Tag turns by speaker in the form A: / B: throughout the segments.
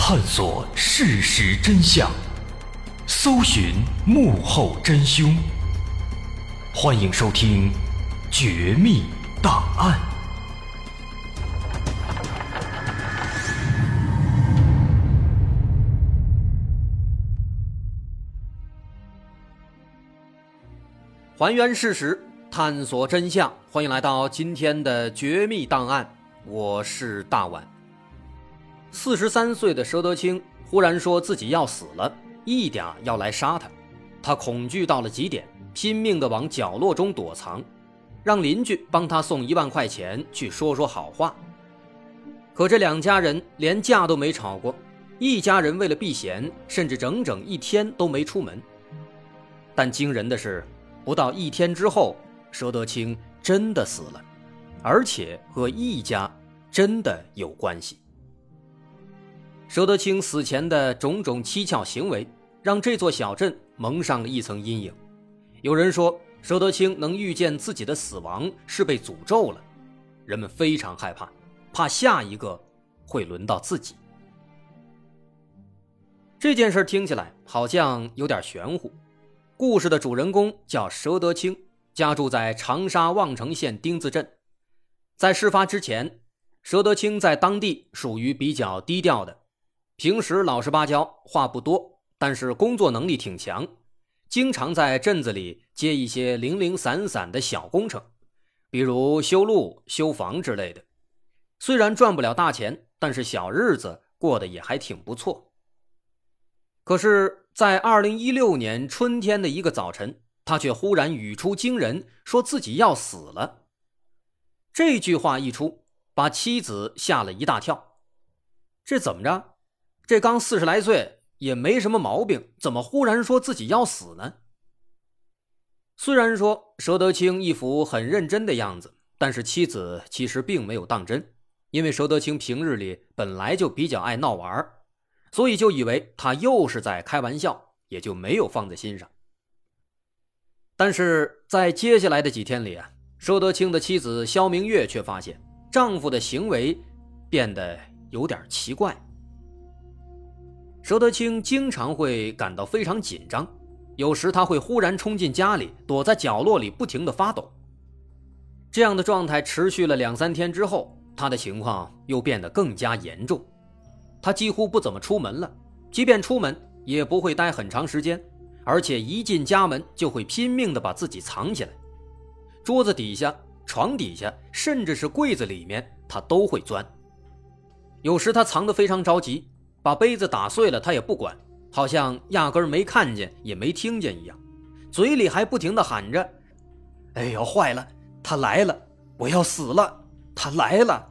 A: 探索事实真相，搜寻幕后真凶。欢迎收听《绝密档案》。
B: 还原事实，探索真相，欢迎来到今天的绝密档案，我是大碗。43岁的佘德清忽然说自己要死了，一点要来杀他。他恐惧到了极点，拼命地往角落中躲藏，让邻居帮他送1万块钱去说说好话。可这两家人连架都没吵过，一家人为了避嫌，甚至整整1天都没出门。但惊人的是，不到1天之后，佘德清真的死了，而且和易家真的有关系。佘德清死前的种种蹊跷行为，让这座小镇蒙上了一层阴影。有人说，佘德清能预见自己的死亡是被诅咒了，人们非常害怕，怕下一个会轮到自己。这件事听起来好像有点玄乎。故事的主人公叫佘德清，家住在长沙望城县丁字镇。在事发之前，佘德清在当地属于比较低调的，平时老实巴交，话不多，但是工作能力挺强，经常在镇子里接一些零零散散的小工程，比如修路、修房之类的。虽然赚不了大钱，但是小日子过得也还挺不错。可是在2016年春天的一个早晨，他却忽然语出惊人，说自己要死了。这句话一出，把妻子吓了一大跳。这怎么着？这刚40来岁，也没什么毛病，怎么忽然说自己要死呢？虽然说佘德清一副很认真的样子，但是妻子其实并没有当真，因为佘德清平日里本来就比较爱闹玩，所以就以为他又是在开玩笑，也就没有放在心上。但是在接下来的几天里佘德清的妻子肖明月却发现丈夫的行为变得有点奇怪。佘德清经常会感到非常紧张，有时他会忽然冲进家里，躲在角落里不停地发抖。这样的状态持续了2-3天之后，他的情况又变得更加严重。他几乎不怎么出门了，即便出门也不会待很长时间，而且一进家门就会拼命地把自己藏起来。桌子底下、床底下，甚至是柜子里面，他都会钻。有时他藏得非常着急，把杯子打碎了他也不管，好像压根没看见也没听见一样，嘴里还不停地喊着：哎呦，坏了，他来了，我要死了，他来了。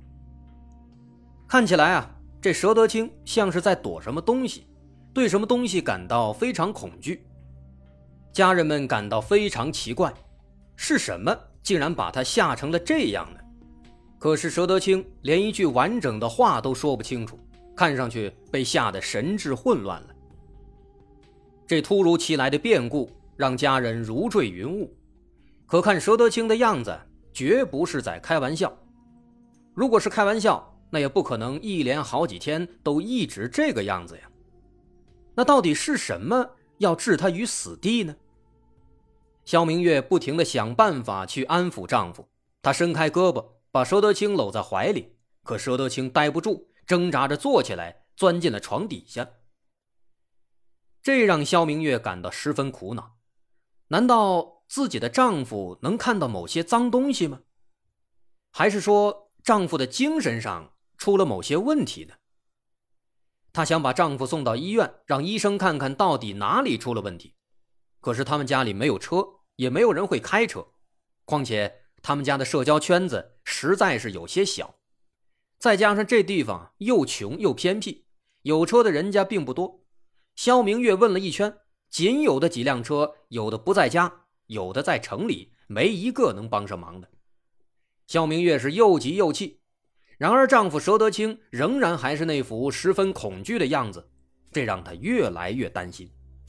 B: 看起来这佘德清像是在躲什么东西，对什么东西感到非常恐惧。家人们感到非常奇怪，是什么竟然把他吓成了这样呢？可是佘德清连一句完整的话都说不清楚，看上去被吓得神志混乱了。这突如其来的变故让家人如坠云雾，可看佘德清的样子，绝不是在开玩笑。如果是开玩笑，那也不可能一连好几天都一直这个样子呀。那到底是什么要置他于死地呢？肖明月不停地想办法去安抚丈夫，她伸开胳膊把佘德清搂在怀里，可佘德清待不住，挣扎着坐起来，钻进了床底下。这让肖明月感到十分苦恼。难道自己的丈夫能看到某些脏东西吗？还是说丈夫的精神上出了某些问题呢？她想把丈夫送到医院，让医生看看到底哪里出了问题。可是他们家里没有车，也没有人会开车，况且他们家的社交圈子实在是有些小，再加上这地方又穷又偏僻，有车的人家并不多。肖明月问了一圈，仅有的几辆车，有的不在家，有的在城里，没一个能帮上忙的。肖明月是又急又气，然而丈夫佘德清仍然还是那副十分恐惧的样子，这让她越来越担心。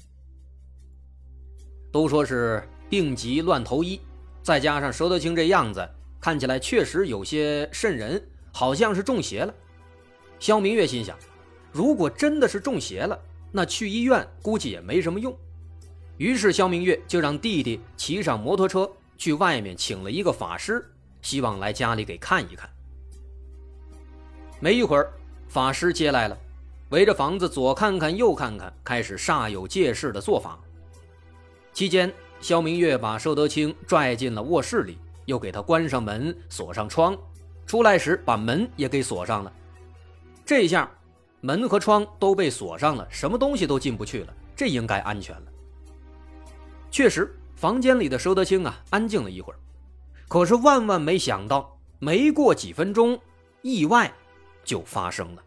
B: 都说是病急乱投医，再加上佘德清这样子，看起来确实有些瘆人，好像是中邪了。肖明月心想， 如果真的是中邪了，那去医院估计也没什么用。于是肖明月就让弟弟骑上摩托车去外面请了一个法师，希望来家里给看一看。没一会儿，法师接来了，围着房子左看看右看看，开始煞有介事的做法。期间，肖明月把佘德清拽进了卧室里，又给他关上门，锁上窗，出来时把门也给锁上了。这下门和窗都被锁上了，什么东西都进不去了，这应该安全了。确实，房间里的佘德清安静了一会儿，可是万万没想到，没过几分钟，意外就发生了。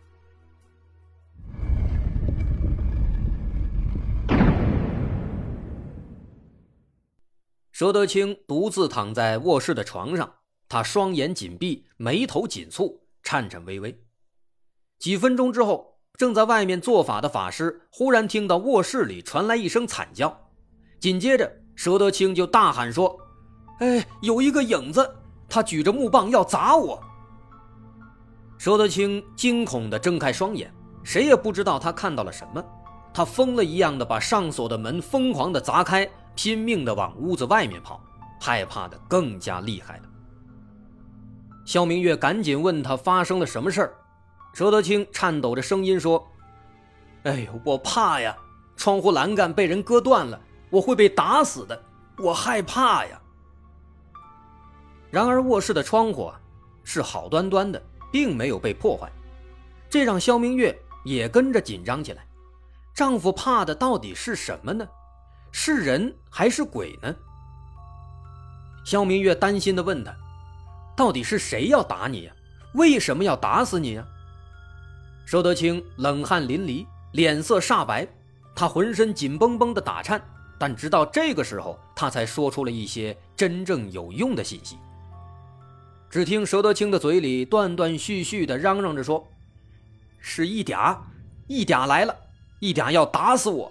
B: 佘德清独自躺在卧室的床上，他双眼紧闭，眉头紧蹙，颤颤巍巍。几分钟之后，正在外面做法的法师忽然听到卧室里传来一声惨叫，紧接着佘德清就大喊说：有一个影子，他举着木棒要砸我。佘德清惊恐地睁开双眼，谁也不知道他看到了什么，他疯了一样的把上锁的门疯狂地砸开，拼命地往屋子外面跑，害怕的更加厉害了。肖明月赶紧问他发生了什么事儿。佘德清颤抖着声音说：我怕呀，窗户栏杆被人割断了，我会被打死的，我害怕呀。然而卧室的窗户是好端端的，并没有被破坏，这让肖明月也跟着紧张起来。丈夫怕的到底是什么呢？是人还是鬼呢？肖明月担心地问他：到底是谁要打你呀？为什么要打死你呀？佘德清冷汗淋漓，脸色煞白，他浑身紧绷绷的打颤，但直到这个时候，他才说出了一些真正有用的信息。只听佘德清的嘴里断断续续地嚷嚷着说：是一嗲来了，一嗲要打死我。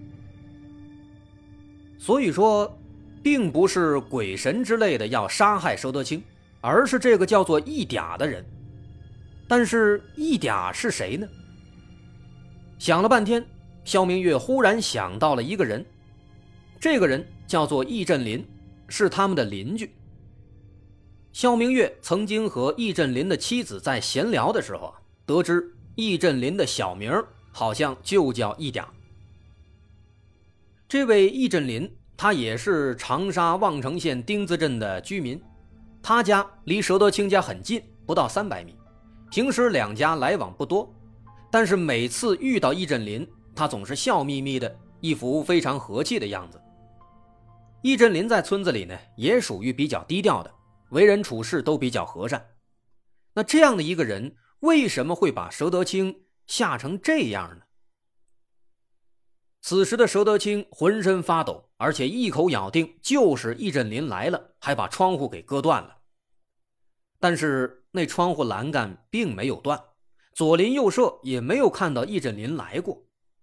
B: 所以说并不是鬼神之类的要杀害佘德清，而是这个叫做一嗲的人。但是一嗲是谁呢？想了半天，肖明月忽然想到了一个人，这个人叫做易振林，是他们的邻居。肖明月曾经和易振林的妻子在闲聊的时候得知易振林的小名好像就叫一嗲。这位易振林他也是长沙望城县丁字镇的居民，他家离佘德清家很近，不到300米，平时两家来往不多，但是每次遇到易振林，他总是笑眯眯的，一副非常和气的样子。易振林在村子里呢，也属于比较低调的，为人处事都比较和善。那这样的一个人，为什么会把佘德清吓成这样呢？此时的佘德清浑身发抖，而且一口咬定就是易振林来了，还把窗户给割断了。但是那窗户栏杆并没有断，左邻右舍也没有看到易振林来过。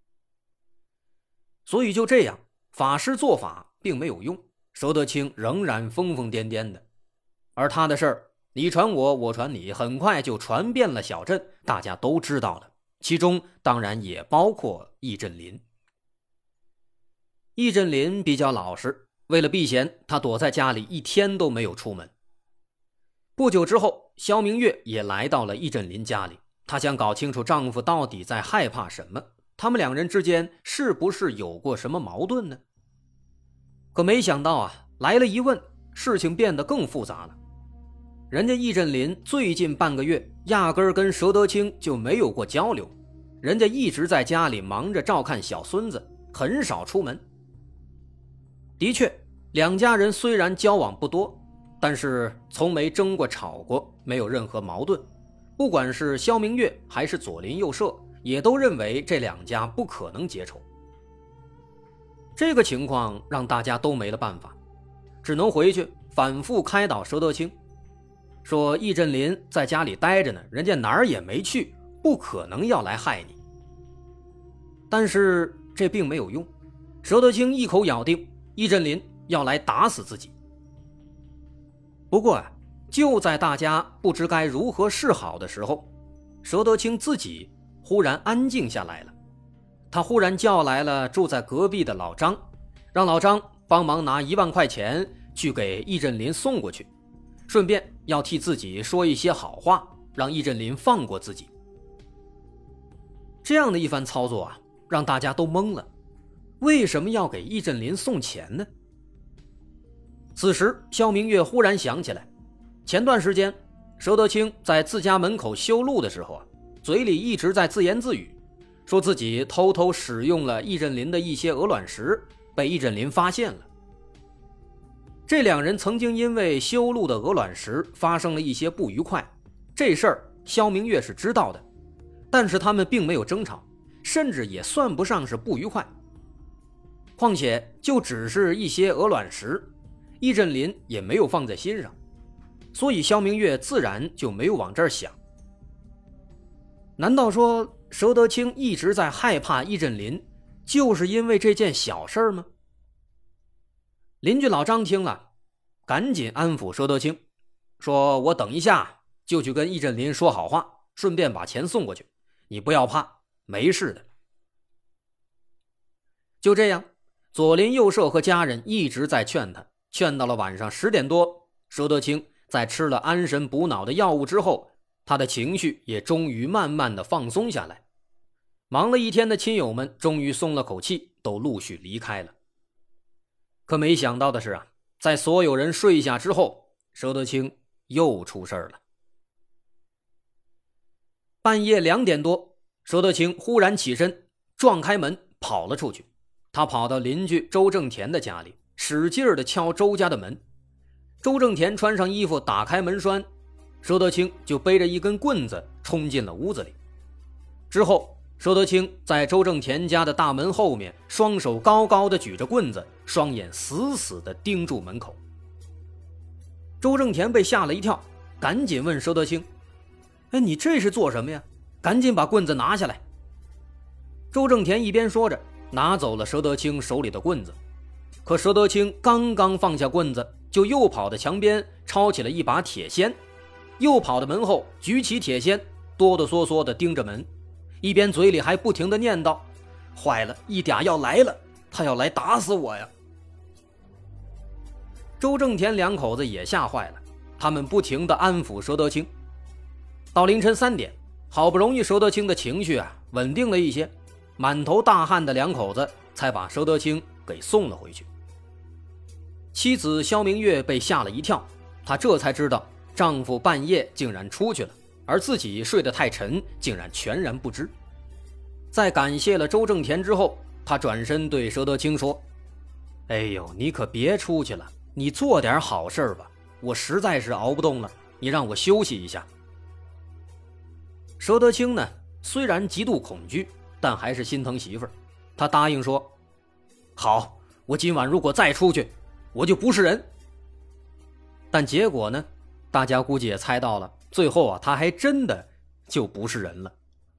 B: 所以就这样，法师做法并没有用，佘德清仍然疯疯癫癫的。而他的事儿，你传我，我传你，很快就传遍了小镇，大家都知道了，其中当然也包括易振林。易振林比较老实，为了避嫌，他躲在家里一天都没有出门。不久之后，肖明月也来到了易振林家里，她想搞清楚丈夫到底在害怕什么，他们两人之间是不是有过什么矛盾呢？可没想到来了一问，事情变得更复杂了。人家易振林最近半个月压根儿跟佘德清就没有过交流，人家一直在家里忙着照看小孙子，很少出门。的确，两家人虽然交往不多，但是从没争过吵过，没有任何矛盾。不管是肖明月还是左邻右舍，也都认为这两家不可能结仇。这个情况让大家都没了办法，只能回去反复开导佘德清，说易振林在家里待着呢，人家哪儿也没去，不可能要来害你。但是这并没有用，佘德清一口咬定易振林要来打死自己。不过就在大家不知该如何是好的时候，佘德清自己忽然安静下来了。他忽然叫来了住在隔壁的老张，让老张帮忙拿1万块钱去给易振林送过去，顺便要替自己说一些好话，让易振林放过自己。这样的一番操作啊，让大家都懵了。为什么要给易振林送钱呢？此时肖明月忽然想起来，前段时间佘德清在自家门口修路的时候啊，嘴里一直在自言自语，说自己偷偷使用了易振林的一些鹅卵石，被易振林发现了。这两人曾经因为修路的鹅卵石发生了一些不愉快，这事儿肖明月是知道的，但是他们并没有争吵，甚至也算不上是不愉快。况且就只是一些鹅卵石，易振林也没有放在心上，所以肖明月自然就没有往这儿想。难道说佘德清一直在害怕易振林，就是因为这件小事吗？邻居老张听了，赶紧安抚佘德清，说我等一下就去跟易振林说好话，顺便把钱送过去，你不要怕，没事的。就这样，左邻右舍和家人一直在劝他，劝到了晚上10点多，佘德清在吃了安神补脑的药物之后，他的情绪也终于慢慢的放松下来。忙了一天的亲友们终于松了口气，都陆续离开了。可没想到的是啊，在所有人睡下之后，佘德清又出事了。半夜2点多，佘德清忽然起身，撞开门跑了出去。他跑到邻居周正田的家里，使劲地敲周家的门。周正田穿上衣服打开门栓，佘德清就背着一根棍子冲进了屋子里。之后佘德清在周正田家的大门后面，双手高高地举着棍子，双眼死死地盯住门口。周正田被吓了一跳，赶紧问佘德清：你这是做什么呀？赶紧把棍子拿下来。周正田一边说着，拿走了佘德清手里的棍子。可佘德清刚刚放下棍子，就又跑到墙边抄起了一把铁锨，又跑到门后举起铁锨，哆哆嗦嗦地盯着门，一边嘴里还不停地念叨：坏了，一嗲要来了，他要来打死我呀。周正田两口子也吓坏了，他们不停地安抚佘德清。到凌晨3点，好不容易佘德清的情绪稳定了一些，满头大汗的两口子才把佘德清给送了回去。妻子肖明月被吓了一跳，她这才知道丈夫半夜竟然出去了，而自己睡得太沉，竟然全然不知。在感谢了周正田之后，她转身对佘德清说：哎呦，你可别出去了，你做点好事吧，我实在是熬不动了，你让我休息一下。佘德清呢，虽然极度恐惧，但还是心疼媳妇儿，他答应说：好，我今晚如果再出去，我就不是人。但结果呢，大家估计也猜到了，最后他还真的就不是人了。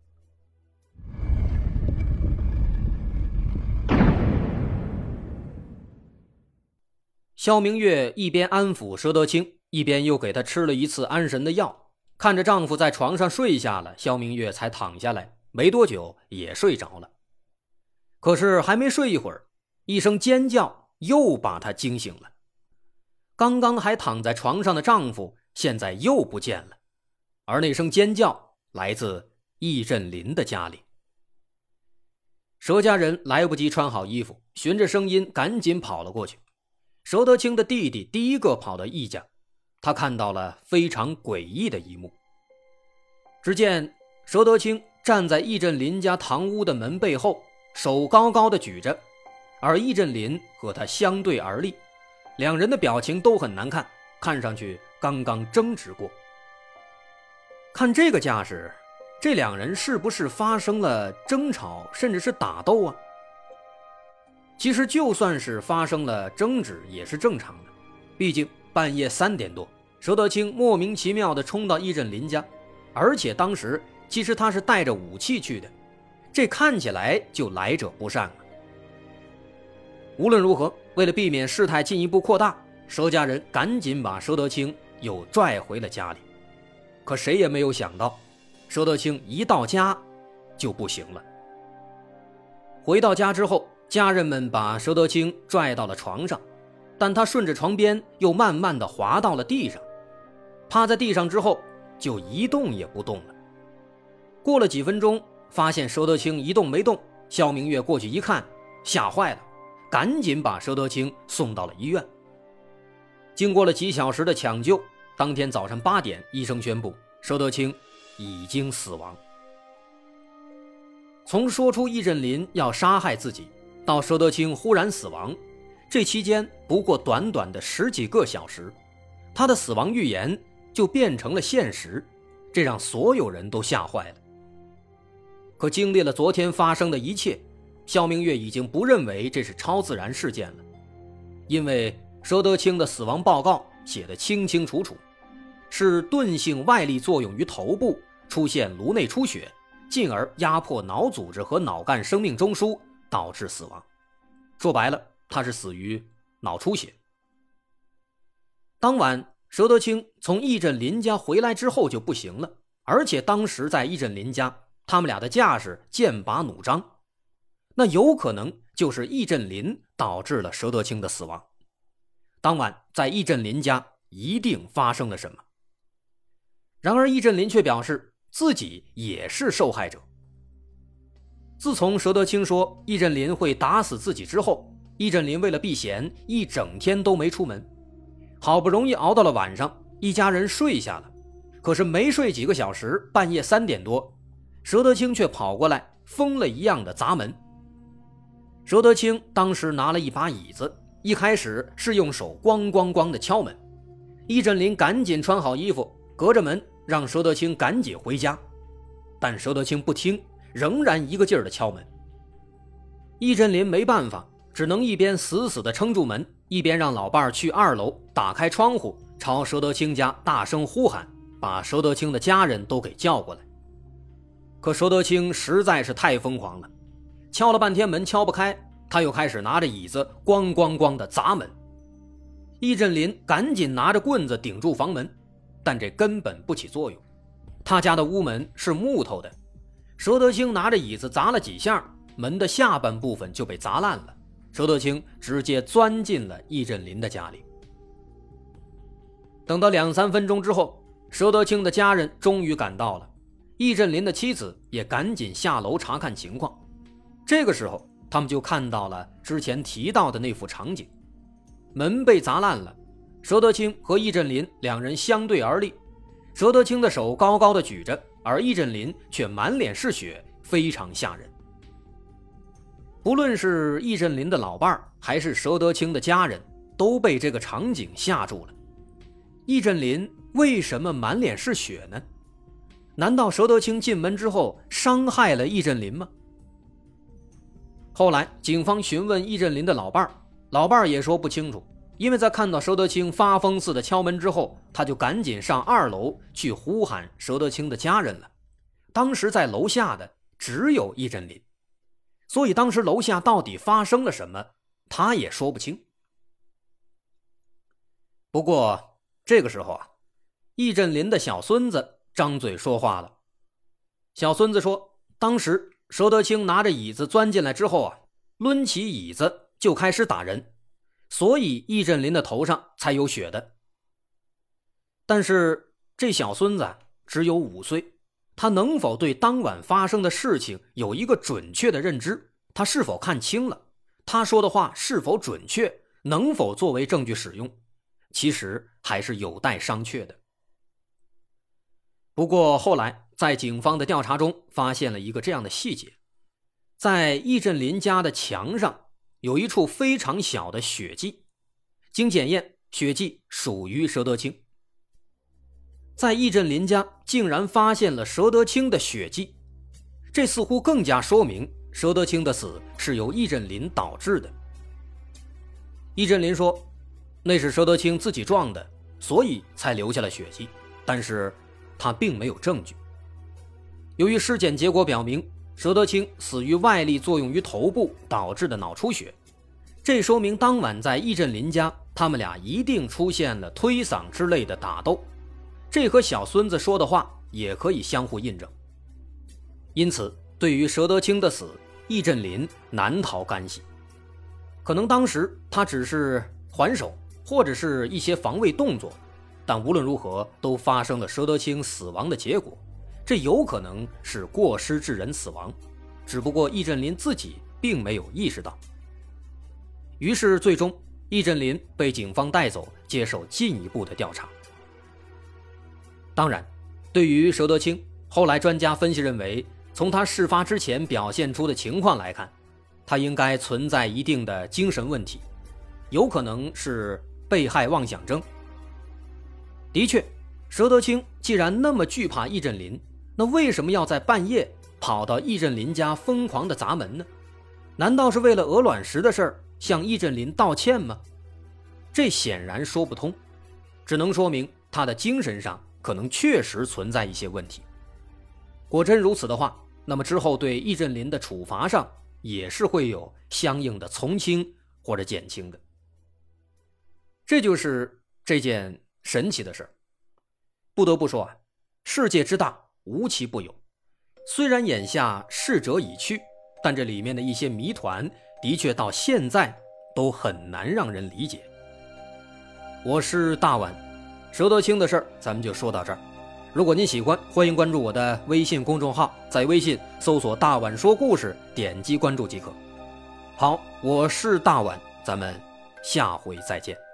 B: 肖明月一边安抚佘德清，一边又给他吃了一次安神的药。看着丈夫在床上睡下了，肖明月才躺下来，没多久也睡着了。可是还没睡一会儿，一声尖叫又把她惊醒了。刚刚还躺在床上的丈夫现在又不见了，而那声尖叫来自易振林的家里。佘家人来不及穿好衣服，循着声音赶紧跑了过去。佘德清的弟弟第一个跑到易家，他看到了非常诡异的一幕。只见佘德清站在易振林家堂屋的门背后，手高高的举着，而易振林和他相对而立，两人的表情都很难看，看上去刚刚争执过。看这个架势，这两人是不是发生了争吵，甚至是打斗啊？其实就算是发生了争执也是正常的，毕竟半夜3点多，佘德清莫名其妙地冲到易振林家，而且当时其实他是带着武器去的，这看起来就来者不善了。无论如何，为了避免事态进一步扩大，佘家人赶紧把佘德清又拽回了家里。可谁也没有想到，佘德清一到家就不行了。回到家之后，家人们把佘德清拽到了床上，但他顺着床边又慢慢地滑到了地上，趴在地上之后就一动也不动了。过了几分钟，发现佘德清一动没动，肖明月过去一看，吓坏了，赶紧把佘德清送到了医院。经过了几小时的抢救，当天早上8点，医生宣布佘德清已经死亡。从说出易振林要杀害自己到佘德清忽然死亡，这期间不过短短的10几个小时，他的死亡预言就变成了现实，这让所有人都吓坏了。可经历了昨天发生的一切，肖明月已经不认为这是超自然事件了，因为佘德清的死亡报告写得清清楚楚，是钝性外力作用于头部，出现颅内出血，进而压迫脑组织和脑干生命中枢，导致死亡。说白了，他是死于脑出血。当晚佘德清从易振林家回来之后就不行了，而且当时在易振林家，他们俩的架势剑拔弩张，那有可能就是易振林导致了佘德清的死亡。当晚在易振林家一定发生了什么。然而易振林却表示自己也是受害者。自从佘德清说易振林会打死自己之后，易振林为了避嫌一整天都没出门，好不容易熬到了晚上，一家人睡下了，可是没睡几个小时，半夜3点多，佘德清却跑过来疯了一样的砸门。佘德清当时拿了一把椅子，一开始是用手咣咣咣的敲门，易振林赶紧穿好衣服，隔着门让佘德清赶紧回家，但佘德清不听，仍然一个劲儿的敲门。易振林没办法，只能一边死死地撑住门，一边让老伴去2楼打开窗户，朝佘德清家大声呼喊，把佘德清的家人都给叫过来。可佘德清实在是太疯狂了，敲了半天门敲不开，他又开始拿着椅子咣咣咣地砸门。易振林赶紧拿着棍子顶住房门，但这根本不起作用，他家的屋门是木头的，佘德清拿着椅子砸了几下，门的下半部分就被砸烂了，佘德清直接钻进了易振林的家里。等到2-3分钟之后，佘德清的家人终于赶到了，易振林的妻子也赶紧下楼查看情况。这个时候他们就看到了之前提到的那幅场景，门被砸烂了，佘德清和易振林两人相对而立，佘德清的手高高的举着，而易振林却满脸是血，非常吓人。不论是易振林的老伴还是佘德清的家人，都被这个场景吓住了。易振林为什么满脸是血呢？难道佘德清进门之后伤害了易振林吗？后来警方询问易振林的老伴，老伴也说不清楚，因为在看到佘德清发疯似的敲门之后，他就赶紧上2楼去呼喊佘德清的家人了。当时在楼下的只有易振林，所以当时楼下到底发生了什么，他也说不清。不过这个时候易振林的小孙子张嘴说话了。小孙子说，当时佘德清拿着椅子钻进来之后抡起椅子就开始打人，所以易振林的头上才有血的。但是这小孙子只有5岁，他能否对当晚发生的事情有一个准确的认知？他是否看清了？他说的话是否准确？能否作为证据使用？其实还是有待商榷的。不过后来在警方的调查中发现了一个这样的细节，在易振林家的墙上有一处非常小的血迹，经检验血迹属于佘德清。在易振林家竟然发现了佘德清的血迹，这似乎更加说明佘德清的死是由易振林导致的。易振林说，那是佘德清自己撞的，所以才留下了血迹，但是他并没有证据。由于尸检结果表明佘德清死于外力作用于头部导致的脑出血，这说明当晚在易振林家他们俩一定出现了推搡之类的打斗，这和小孙子说的话也可以相互印证。因此对于佘德清的死，易振林难逃干系。可能当时他只是还手，或者是一些防卫动作，但无论如何都发生了佘德清死亡的结果，这有可能是过失致人死亡，只不过易振林自己并没有意识到。于是最终易振林被警方带走，接受进一步的调查。当然，对于佘德清，后来专家分析认为，从他事发之前表现出的情况来看，他应该存在一定的精神问题，有可能是被害妄想症。的确，佘德清既然那么惧怕易振林，那为什么要在半夜跑到易振林家疯狂的砸门呢？难道是为了鹅卵石的事儿向易振林道歉吗？这显然说不通，只能说明他的精神上可能确实存在一些问题。果真如此的话，那么之后对易振林的处罚上也是会有相应的从轻或者减轻的。这就是这件神奇的事。不得不说啊，世界之大，无奇不有。虽然眼下逝者已去，但这里面的一些谜团的确到现在都很难让人理解。我是大碗，佘德清的事儿咱们就说到这儿。如果您喜欢，欢迎关注我的微信公众号，在微信搜索大碗说故事，点击关注即可。好，我是大碗，咱们下回再见。